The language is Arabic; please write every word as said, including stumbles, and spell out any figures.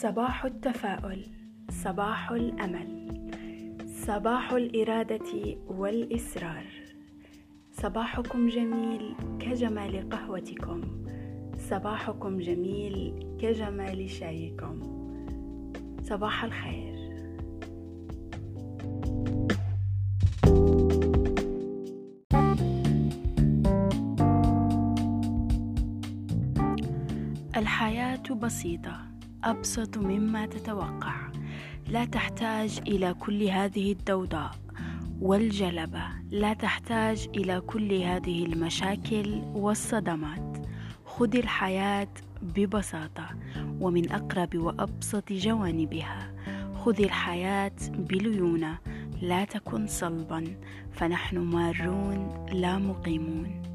صباح التفاؤل، صباح الأمل، صباح الإرادة والإصرار. صباحكم جميل كجمال قهوتكم، صباحكم جميل كجمال شايكم. صباح الخير. الحياة بسيطة، أبسط مما تتوقع. لا تحتاج إلى كل هذه الضوضاء والجلبة، لا تحتاج إلى كل هذه المشاكل والصدمات. خذ الحياة ببساطة ومن أقرب وأبسط جوانبها. خذ الحياة بليونة، لا تكن صلبا، فنحن مارون لا مقيمون.